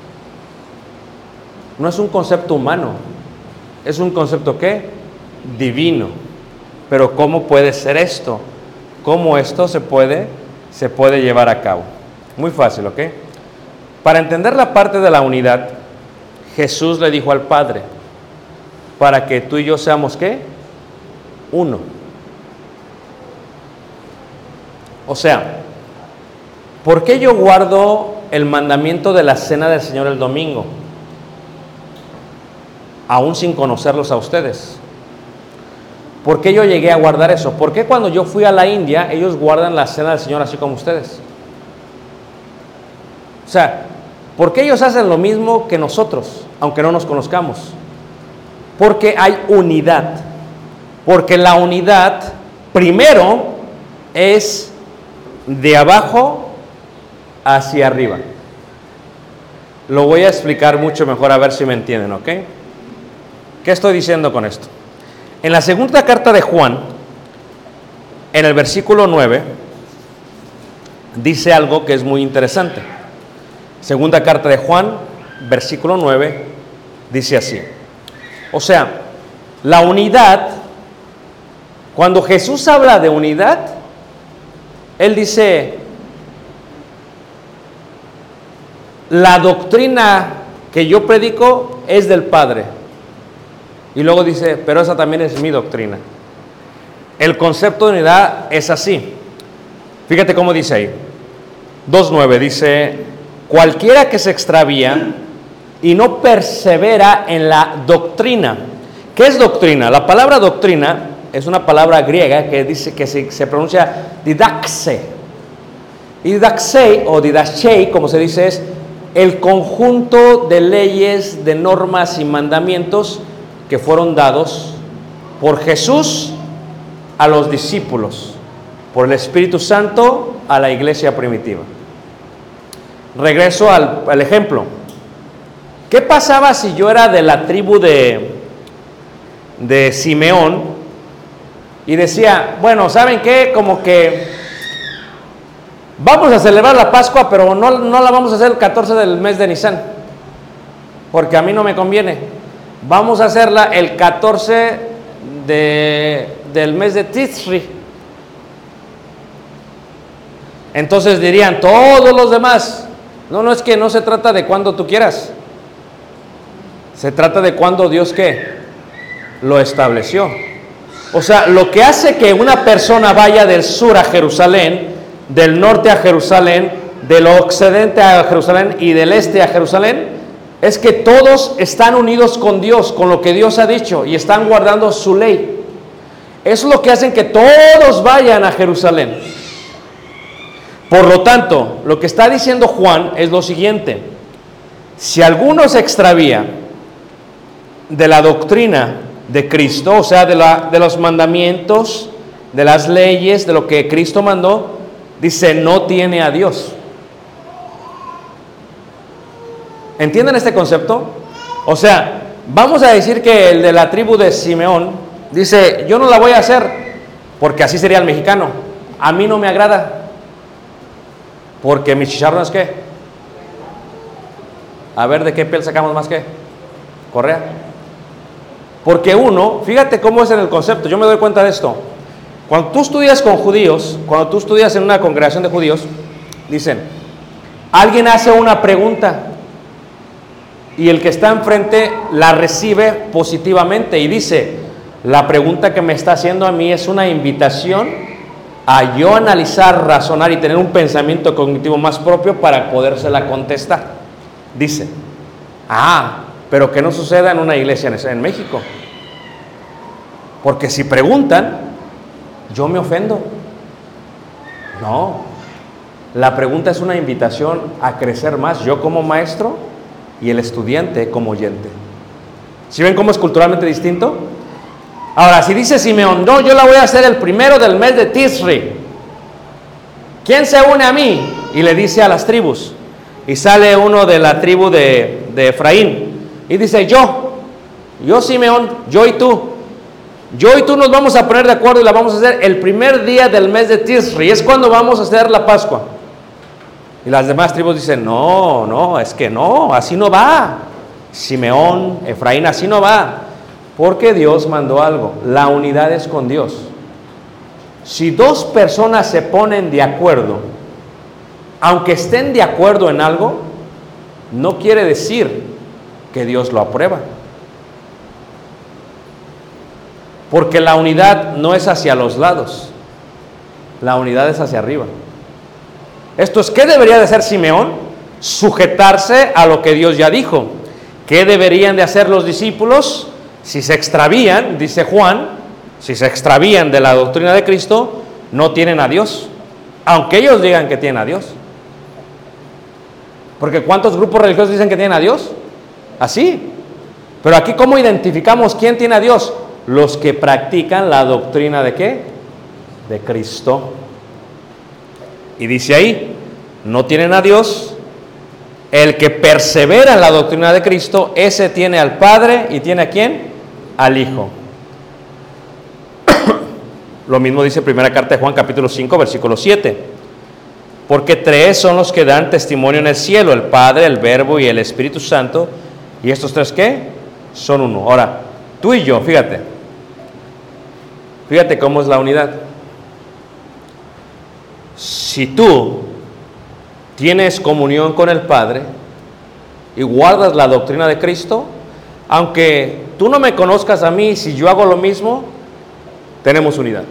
No es un concepto humano, es un concepto ¿qué? Divino. Pero ¿cómo puede ser esto? ¿Cómo esto se puede llevar a cabo? Muy fácil, ¿ok? Para entender la parte de la unidad, Jesús le dijo al Padre, para que tú y yo seamos ¿qué? Uno. O sea, ¿por qué yo guardo el mandamiento de la cena del Señor el domingo? Aún sin conocerlos a ustedes. ¿Por qué yo llegué a guardar eso? ¿Por qué cuando yo fui a la India ellos guardan la cena del Señor así como ustedes? O sea, ¿por qué ellos hacen lo mismo que nosotros, aunque no nos conozcamos? Porque hay unidad. Porque la unidad, primero, es de abajo hacia arriba. Lo voy a explicar mucho mejor a ver si me entienden, ¿ok? ¿Qué estoy diciendo con esto? En la segunda carta de Juan, en el versículo 9, dice algo que es muy interesante. Segunda carta de Juan, versículo 9, dice así. O sea, la unidad, cuando Jesús habla de unidad, Él dice, la doctrina que yo predico es del Padre. Y luego dice, pero esa también es mi doctrina. El concepto de unidad es así. Fíjate cómo dice ahí. 2.9 dice, cualquiera que se extravía y no persevera en la doctrina. ¿Qué es doctrina? La palabra doctrina es una palabra griega que dice que se pronuncia didaxe. Y didaxe o didachei, como se dice, es el conjunto de leyes, de normas y mandamientos que fueron dados por Jesús a los discípulos, por el Espíritu Santo a la iglesia primitiva. Regreso al ejemplo. ¿Qué pasaba si yo era de la tribu de Simeón y decía, bueno, ¿saben qué? Como que vamos a celebrar la Pascua, pero no la vamos a hacer el 14 del mes de Nisan, porque a mí no me conviene. Vamos a hacerla el 14 del mes de Tishri. Entonces dirían todos los demás, no es que no se trata de cuando tú quieras, se trata de cuando Dios ¿qué? Lo estableció. O sea, lo que hace que una persona vaya del sur a Jerusalén, del norte a Jerusalén, del occidente a Jerusalén y del este a Jerusalén, es que todos están unidos con Dios, con lo que Dios ha dicho, y están guardando su ley. Eso es lo que hace que todos vayan a Jerusalén. Por lo tanto, lo que está diciendo Juan es lo siguiente: si alguno se extravía de la doctrina de Cristo, o sea, de los mandamientos, de las leyes, de lo que Cristo mandó, dice, no tiene a Dios. ¿Entienden este concepto? O sea, vamos a decir que el de la tribu de Simeón dice, yo no la voy a hacer, porque así sería el mexicano. A mí no me agrada, porque mis chicharrones, ¿qué? A ver, ¿de qué piel sacamos más que? Correa. Porque uno, fíjate cómo es en el concepto, yo me doy cuenta de esto. Cuando tú estudias con judíos, cuando tú estudias en una congregación de judíos, dicen, alguien hace una pregunta y el que está enfrente la recibe positivamente y dice, la pregunta que me está haciendo a mí es una invitación a yo analizar, razonar y tener un pensamiento cognitivo más propio para podérsela contestar. Dice, pero que no suceda en una iglesia en México. Porque si preguntan, yo me ofendo. No, la pregunta es una invitación a crecer más, yo como maestro y el estudiante como oyente. ¿Sí ven cómo es culturalmente distinto? Ahora, si dice Simeón, no, yo la voy a hacer el primero del mes de Tisri, ¿quién se une a mí? Y le dice a las tribus, y sale uno de la tribu de Efraín, y dice, yo Simeón, yo y tú nos vamos a poner de acuerdo y la vamos a hacer el primer día del mes de Tisri, es cuando vamos a hacer la Pascua. Y las demás tribus dicen, no, es que no, así no va. Simeón, Efraín, así no va. Porque Dios mandó algo, la unidad es con Dios. Si dos personas se ponen de acuerdo, aunque estén de acuerdo en algo, no quiere decir que Dios lo aprueba. Porque la unidad no es hacia los lados, la unidad es hacia arriba. Esto es, ¿qué debería de hacer Simeón? Sujetarse a lo que Dios ya dijo. ¿Qué deberían de hacer los discípulos? Si se extravían, dice Juan, si se extravían de la doctrina de Cristo, no tienen a Dios, aunque ellos digan que tienen a Dios. Porque ¿cuántos grupos religiosos dicen que tienen a Dios? Así. Pero aquí, ¿cómo identificamos quién tiene a Dios? Los que practican la doctrina ¿de qué? De Cristo. Y dice ahí, no tienen a Dios. El que persevera en la doctrina de Cristo, ese tiene al Padre y tiene a ¿quién? Al Hijo. Lo mismo dice primera carta de Juan capítulo 5 versículo 7. Porque tres son los que dan testimonio en el cielo, el Padre, el Verbo y el Espíritu Santo. ¿Y estos tres qué? Son uno. Ahora, tú y yo, fíjate cómo es la unidad. Si tú tienes comunión con el Padre y guardas la doctrina de Cristo, aunque tú no me conozcas a mí, si yo hago lo mismo, tenemos unidad.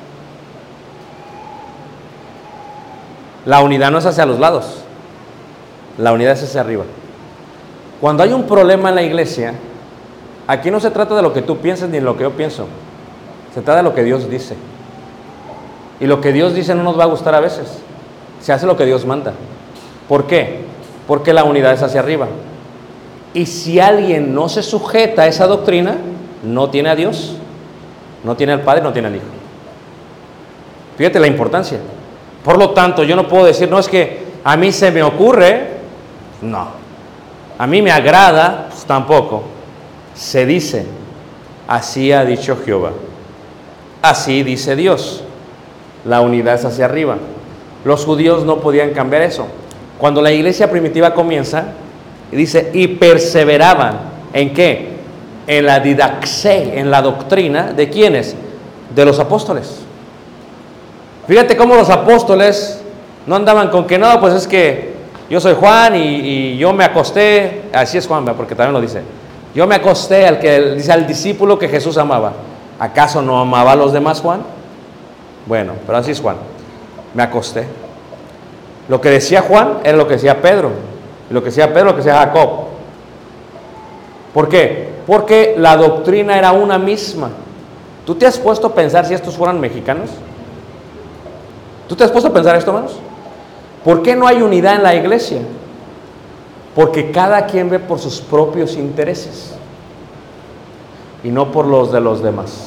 La unidad no es hacia los lados, la unidad es hacia arriba. Cuando hay un problema en la iglesia, aquí no se trata de lo que tú piensas ni de lo que yo pienso, se trata de lo que Dios dice. Y lo que Dios dice no nos va a gustar a veces, se hace lo que Dios manda. ¿Por qué? Porque la unidad es hacia arriba. Y si alguien no se sujeta a esa doctrina, no tiene a Dios, no tiene al Padre, no tiene al Hijo. Fíjate la importancia. Por lo tanto, yo no puedo decir, no, es que a mí se me ocurre, no. A mí me agrada, pues tampoco. Se dice, así ha dicho Jehová. Así dice Dios. La unidad es hacia arriba. Los judíos no podían cambiar eso. Cuando la iglesia primitiva comienza, dice, y perseveraban, ¿en qué? En la didaxé, en la doctrina, ¿de quiénes? De los apóstoles. Fíjate cómo los apóstoles no andaban con que no, pues es que yo soy Juan y yo me acosté, así es Juan, porque también lo dice, yo me acosté al discípulo que Jesús amaba. ¿Acaso no amaba a los demás Juan? Bueno, pero así es Juan, me acosté. Lo que decía Juan era lo que decía Pedro, y lo que decía Pedro, lo que decía Jacob. ¿Por qué? Porque la doctrina era una misma. ¿Tú te has puesto a pensar si estos fueran mexicanos? ¿Tú te has puesto a pensar esto, hermanos? ¿Por qué no hay unidad en la iglesia? Porque cada quien ve por sus propios intereses y no por los de los demás.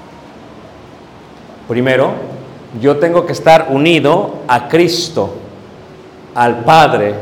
Primero, yo tengo que estar unido a Cristo, al Padre.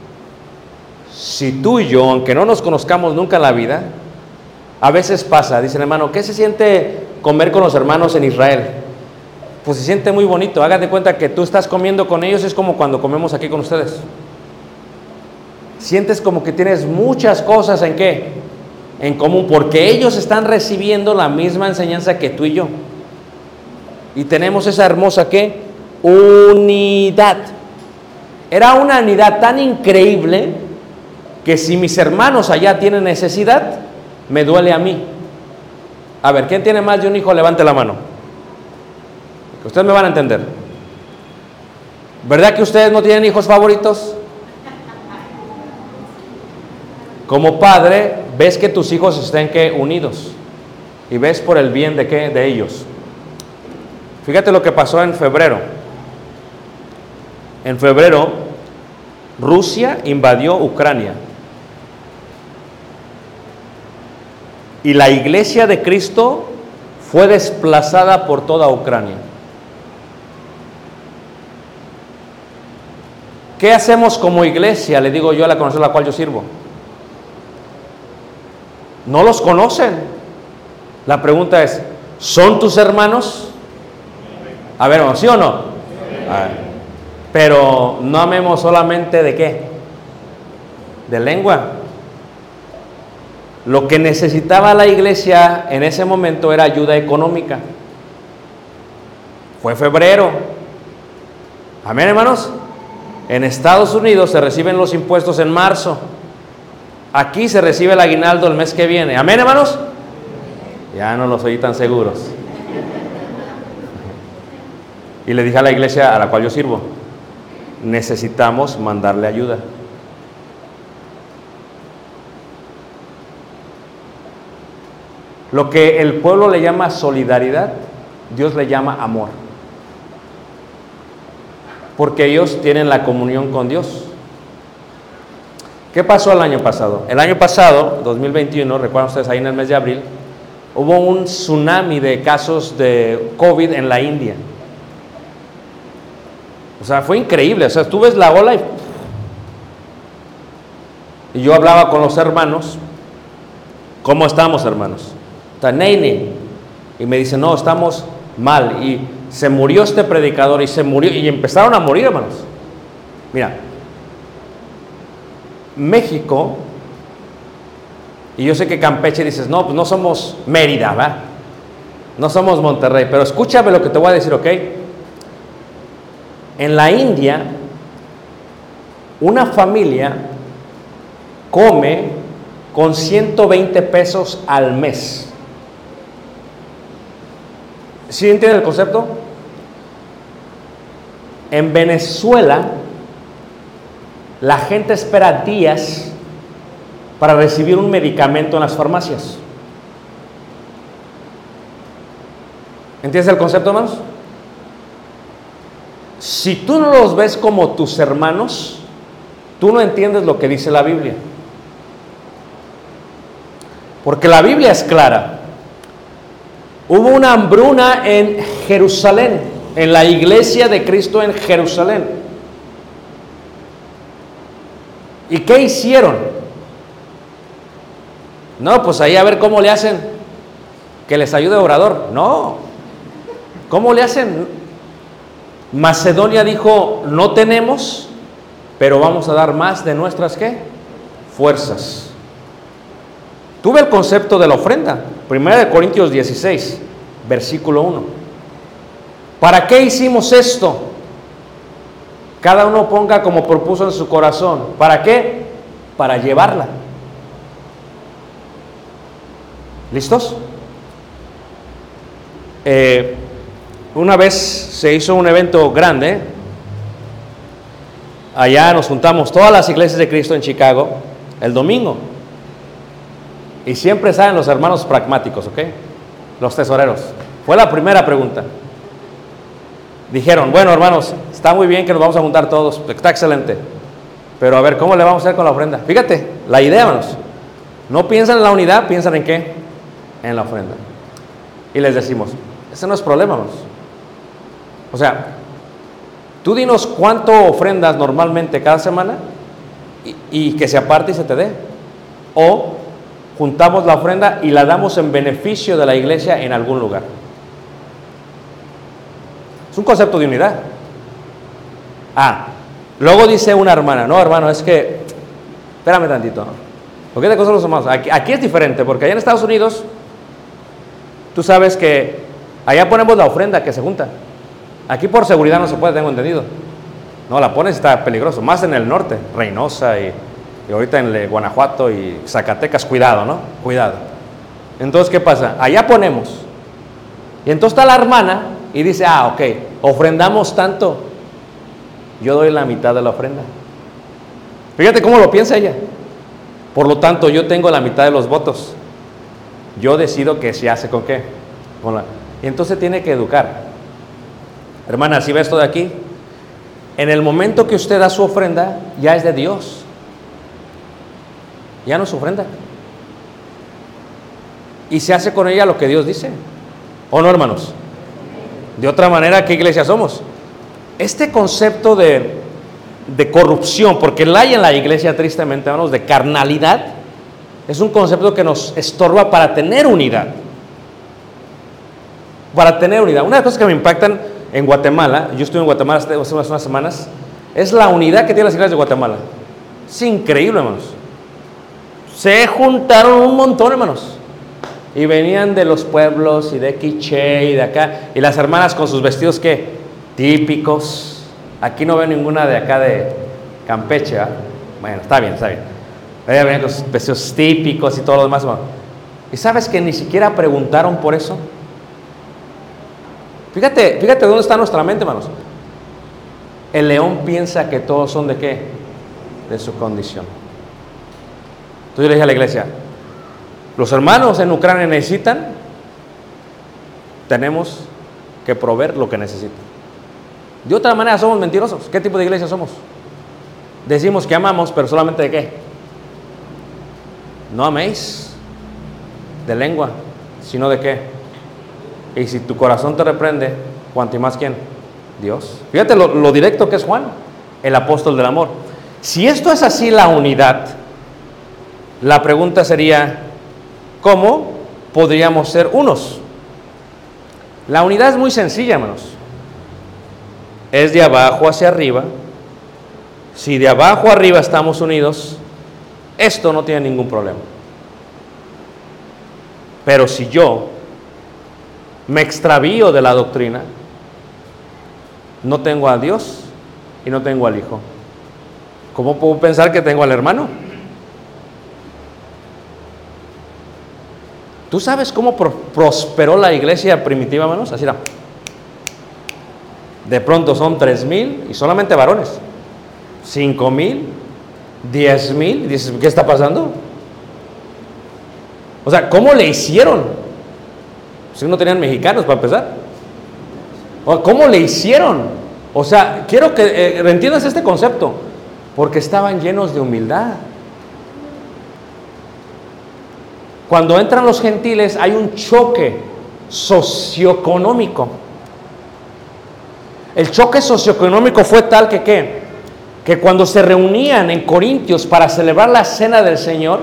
Si tú y yo, aunque no nos conozcamos nunca en la vida, a veces pasa, dicen, hermano, ¿qué se siente comer con los hermanos en Israel? Pues se siente muy bonito. Hágate cuenta que tú estás comiendo con ellos, es como cuando comemos aquí con ustedes. Sientes como que tienes muchas cosas en qué, en común, porque ellos están recibiendo la misma enseñanza que tú y yo. Y tenemos esa hermosa, ¿qué? Unidad. Era una unidad tan increíble que si mis hermanos allá tienen necesidad, me duele a mí. A ver, ¿quién tiene más de un hijo? Levante la mano. Ustedes me van a entender. ¿Verdad que ustedes no tienen hijos favoritos? Como padre, ves que tus hijos estén ¿qué? Unidos. Y ves por el bien de ¿qué? De ellos. Fíjate lo que pasó en febrero. En febrero, Rusia invadió Ucrania. Y la iglesia de Cristo fue desplazada por toda Ucrania. ¿Qué hacemos como iglesia? Le digo yo a la congregación a la cual yo sirvo. No los conocen. La pregunta es, ¿son tus hermanos? A ver, ¿sí o no? A ver. Pero no amemos solamente de qué, de lengua. Lo que necesitaba la iglesia en ese momento era ayuda económica. Fue febrero. Amén, hermanos. En Estados Unidos se reciben los impuestos en marzo. Aquí se recibe el aguinaldo el mes que viene. Amén, hermanos. Ya no los oí tan seguros. Y le dije a la iglesia a la cual yo sirvo, necesitamos mandarle ayuda. Lo que el pueblo le llama solidaridad, Dios le llama amor. Porque ellos tienen la comunión con Dios. ¿Qué pasó el año pasado? El año pasado, 2021, recuerdan ustedes ahí en el mes de abril, hubo un tsunami de casos de COVID en la India. O sea, fue increíble. O sea, tú ves la ola y yo hablaba con los hermanos. ¿Cómo estamos, hermanos? Está Nene. Y me dice, no, estamos mal. Y se murió este predicador y se murió. Y empezaron a morir, hermanos. Mira, México, y yo sé que Campeche dices, no, pues no somos Mérida, ¿verdad? No somos Monterrey. Pero escúchame lo que te voy a decir, ¿ok? En la India, una familia come con 120 pesos al mes. ¿Sí entienden el concepto? En Venezuela, la gente espera días para recibir un medicamento en las farmacias. ¿Entiendes el concepto, hermanos? Si tú no los ves como tus hermanos, tú no entiendes lo que dice la Biblia. Porque la Biblia es clara. Hubo una hambruna en Jerusalén, en la iglesia de Cristo en Jerusalén. ¿Y qué hicieron? No, pues ahí a ver cómo le hacen. Que les ayude orador. No. ¿Cómo le hacen? Macedonia dijo, no tenemos, pero vamos a dar más de nuestras, ¿qué? Fuerzas. Tuve el concepto de la ofrenda. 1 Corintios 16, versículo 1. ¿Para qué hicimos esto? Cada uno ponga como propuso en su corazón. ¿Para qué? Para llevarla. ¿Listos? Una vez se hizo un evento grande. Allá nos juntamos todas las iglesias de Cristo en Chicago el domingo. Y siempre salen los hermanos pragmáticos, ¿ok? Los tesoreros. Fue la primera pregunta. Dijeron, bueno, hermanos, está muy bien que nos vamos a juntar todos, está excelente. Pero a ver, ¿cómo le vamos a hacer con la ofrenda? Fíjate, la idea, hermanos. No piensan en la unidad, piensan en ¿qué? En la ofrenda. Y les decimos, ese no es problema, hermanos. O sea, tú dinos cuánto ofrendas normalmente cada semana y que se aparte y se te dé. O juntamos la ofrenda y la damos en beneficio de la iglesia en algún lugar. Es un concepto de unidad. Luego dice una hermana, no, hermano, es que, espérame tantito, ¿Por qué de cosas los hermanos? Aquí es diferente, porque allá en Estados Unidos, tú sabes que allá ponemos la ofrenda que se junta. Aquí por seguridad no se puede, tengo entendido. No, la pones, está peligroso, más en el norte, Reynosa y ahorita en Guanajuato y Zacatecas, cuidado, ¿no? Cuidado. Entonces, ¿qué pasa? Allá ponemos. Y entonces está la hermana y dice, ok, ofrendamos tanto, yo doy la mitad de la ofrenda. Fíjate cómo lo piensa ella. Por lo tanto, yo tengo la mitad de los votos. Yo decido qué se hace con qué. Y entonces tiene que educar. Hermana, si ves esto de aquí, en el momento que usted da su ofrenda, ya es de Dios. Ya no es su ofrenda. Y se hace con ella lo que Dios dice. ¿O no, hermanos? De otra manera, ¿qué iglesia somos? Este concepto de corrupción, porque la hay en la iglesia, tristemente, hermanos, de carnalidad, es un concepto que nos estorba para tener unidad. Para tener unidad. Una de las cosas que me impactan en Guatemala, yo estuve en Guatemala hace unas semanas, es la unidad que tienen las iglesias de Guatemala. Es increíble, hermanos. Se juntaron un montón, hermanos. Y venían de los pueblos y de Quiché y de acá. Y las hermanas con sus vestidos, ¿qué? Típicos. Aquí no veo ninguna de acá de Campeche, ¿verdad? Bueno, está bien, está bien. Ella venía con sus vestidos típicos y todo lo demás, hermano. ¿Y sabes que ni siquiera preguntaron por eso? Fíjate dónde está nuestra mente, hermanos. El león piensa que todos son de qué? De su condición. Entonces yo le dije a la iglesia, los hermanos en Ucrania necesitan, tenemos que proveer lo que necesitan. De otra manera somos mentirosos. ¿Qué tipo de iglesia somos? Decimos que amamos, pero solamente de qué? No améis de lengua, sino de qué. Y si tu corazón te reprende, ¿cuánto y más quién? Dios. Fíjate lo directo que es Juan, el apóstol del amor. Si esto es así, la unidad, la pregunta sería, ¿cómo podríamos ser unos? La unidad es muy sencilla, hermanos. Es de abajo hacia arriba. Si de abajo arriba estamos unidos, esto no tiene ningún problema. Pero si yo me extravío de la doctrina, no tengo a Dios y no tengo al Hijo. ¿Cómo puedo pensar que tengo al hermano? ¿Tú sabes cómo prosperó la iglesia primitiva, hermanos? Así era. De pronto son 3,000 y solamente varones. 5,000, 10,000. Dices, ¿qué está pasando? O sea, ¿cómo le hicieron? Si no tenían mexicanos para empezar. ¿Cómo le hicieron? O sea, quiero que entiendas este concepto. Porque estaban llenos de humildad. Cuando entran los gentiles hay un choque socioeconómico. El choque socioeconómico fue tal que cuando se reunían en Corintios para celebrar la cena del Señor,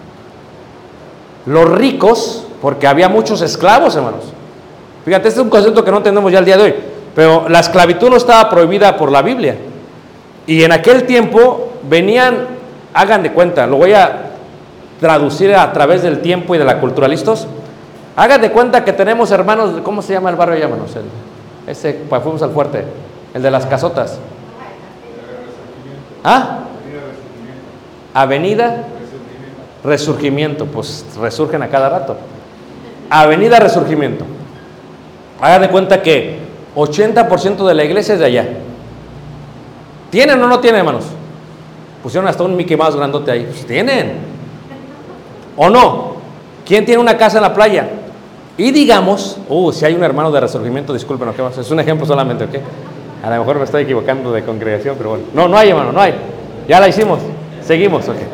los ricos, porque había muchos esclavos, hermanos. Fíjate, este es un concepto que no entendemos ya el día de hoy, pero la esclavitud no estaba prohibida por la Biblia. Y en aquel tiempo venían, hagan de cuenta, lo voy a traducir a través del tiempo y de la cultura, ¿listos? Hagan de cuenta que tenemos hermanos, ¿cómo se llama el barrio allá, hermanos? Ese, pues fuimos al fuerte, el de las casotas. ¿Ah? Avenida Resurgimiento, pues resurgen a cada rato. Avenida Resurgimiento. Hagan de cuenta que 80% de la iglesia es de allá. ¿Tienen o no tienen, hermanos? Pusieron hasta un Mickey Mouse grandote ahí. Pues tienen. ¿O no? ¿Quién tiene una casa en la playa? Y digamos, si hay un hermano de Resurgimiento, disculpen, ¿qué más? Es un ejemplo solamente, ¿ok? A lo mejor me estoy equivocando de congregación, pero bueno. No hay, hermano, no hay. Ya la hicimos. Seguimos, ok.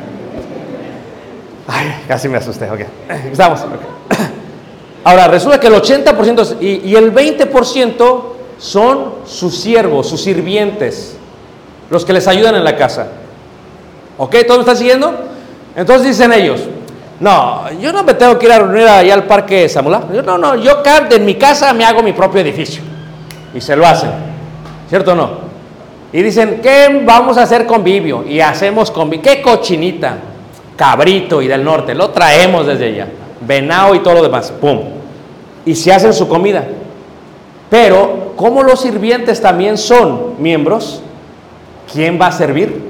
Ay, casi me asusté, ok. Estamos, ok. Ahora, resulta que el 80% y el 20% son sus siervos, sus sirvientes, los que les ayudan en la casa. ¿Ok? ¿Todos me están siguiendo? Entonces dicen ellos, no, yo no me tengo que ir a reunir allá al parque Samulá. Yo en mi casa me hago mi propio edificio. Y se lo hacen. ¿Cierto o no? Y dicen, ¿qué vamos a hacer convivio? Y hacemos convivio. ¿Qué cochinita? cabrito y del norte, lo traemos desde allá, venado y todo lo demás, pum, y se hacen su comida. Pero como los sirvientes también son miembros, ¿quién va a servir?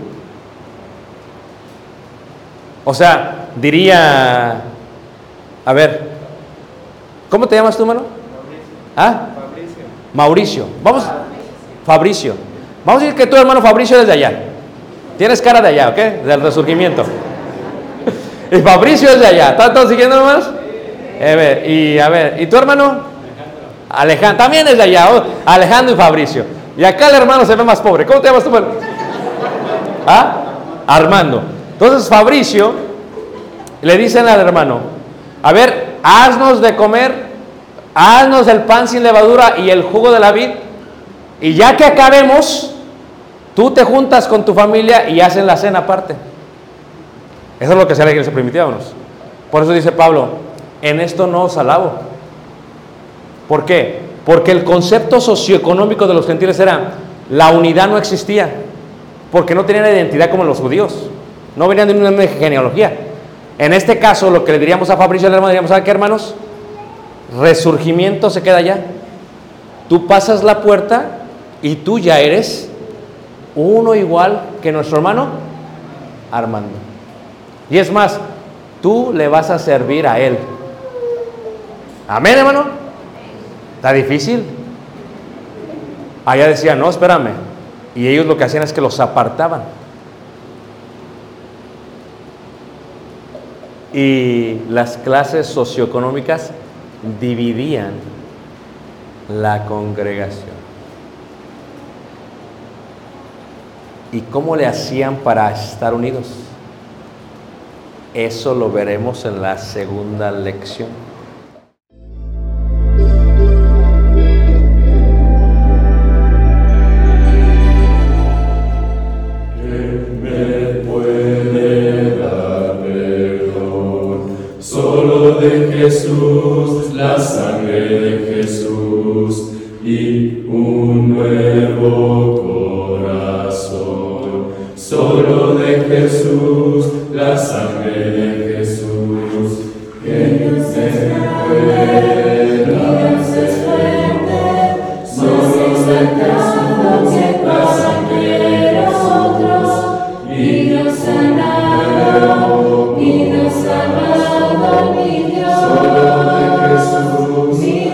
O sea, diría, a ver, ¿cómo te llamas tú, hermano? ¿Ah? Mauricio. Vamos, Fabricio. Vamos a decir que tú, hermano Fabricio, es de allá. Tienes cara de allá, ¿ok? Del Resurgimiento. Y Fabricio es de allá. ¿Están todos siguiendo, hermanos? ¿Y tu hermano? Alejandro. También es de allá. Alejandro y Fabricio. Y acá el hermano se ve más pobre. ¿Cómo te llamas tú, hermano? ¿Ah? Armando. Entonces Fabricio le dicen al hermano, a ver, haznos de comer, haznos el pan sin levadura y el jugo de la vid, y ya que acabemos, tú te juntas con tu familia y hacen la cena aparte. Eso es lo que hacía la iglesia primitiva, hermanos. Por eso dice Pablo, en esto no os alabo. ¿Por qué? Porque el concepto socioeconómico de los gentiles era, la unidad no existía, porque no tenían identidad como los judíos, no venían de una genealogía. En este caso, lo que le diríamos a Fabricio el hermano, diríamos, ¿saben qué, hermanos? Resurgimiento se queda allá. Tú pasas la puerta y tú ya eres uno igual que nuestro hermano Armando. Y es más, tú le vas a servir a él. Amén, hermano. ¿Está difícil? Allá decían, no, espérame. Y ellos lo que hacían es que los apartaban. Y las clases socioeconómicas dividían la congregación. ¿Y cómo le hacían para estar unidos? Eso lo veremos en la segunda lección. De Jesús, la sangre de Jesús y un nuevo corazón. Solo de Jesús, la sangre de Jesús, que Dios es fuerte, Dios es fuerte. Solo de Jesús, la sangre de nosotros y Dios sanado, y Dios sanado. Solo de Jesús, mi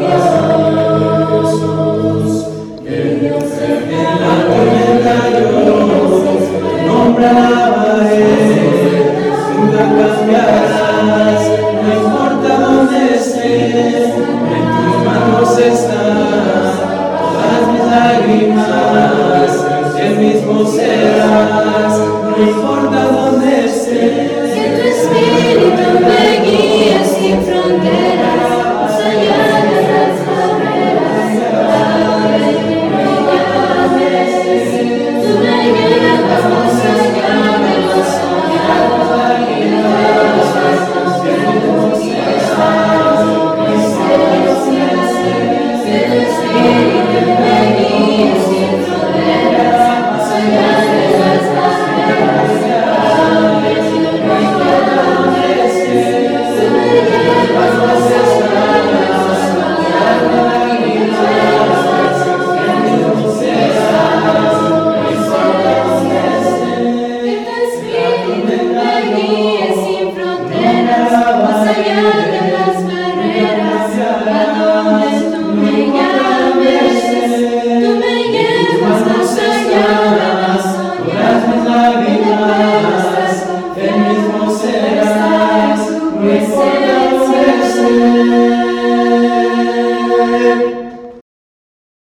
Dios, que Dios en la tormenta yo nombraba a Él, nunca cambiarás, no importa dónde estés, en tus manos están todas mis lágrimas, el mismo serás, no importa dónde estés. Que tu espíritu me guíe sin fronteras, más allá de las barreras, ahora que me llames, tú me llevas más allá de los soñados y de los pasos que tú quieras, que tu espíritu me guíe sin fronteras, más allá de las barreras, ahora que me llames, tú me llevas más allá de los soñados y de los pasos que tú quieras. Que tu espíritu me guíe sin fronteras, más allá de las barreras, a donde tú me llames, tú me llevas más allá de los soñados y de las El mismo serás, tu presencia.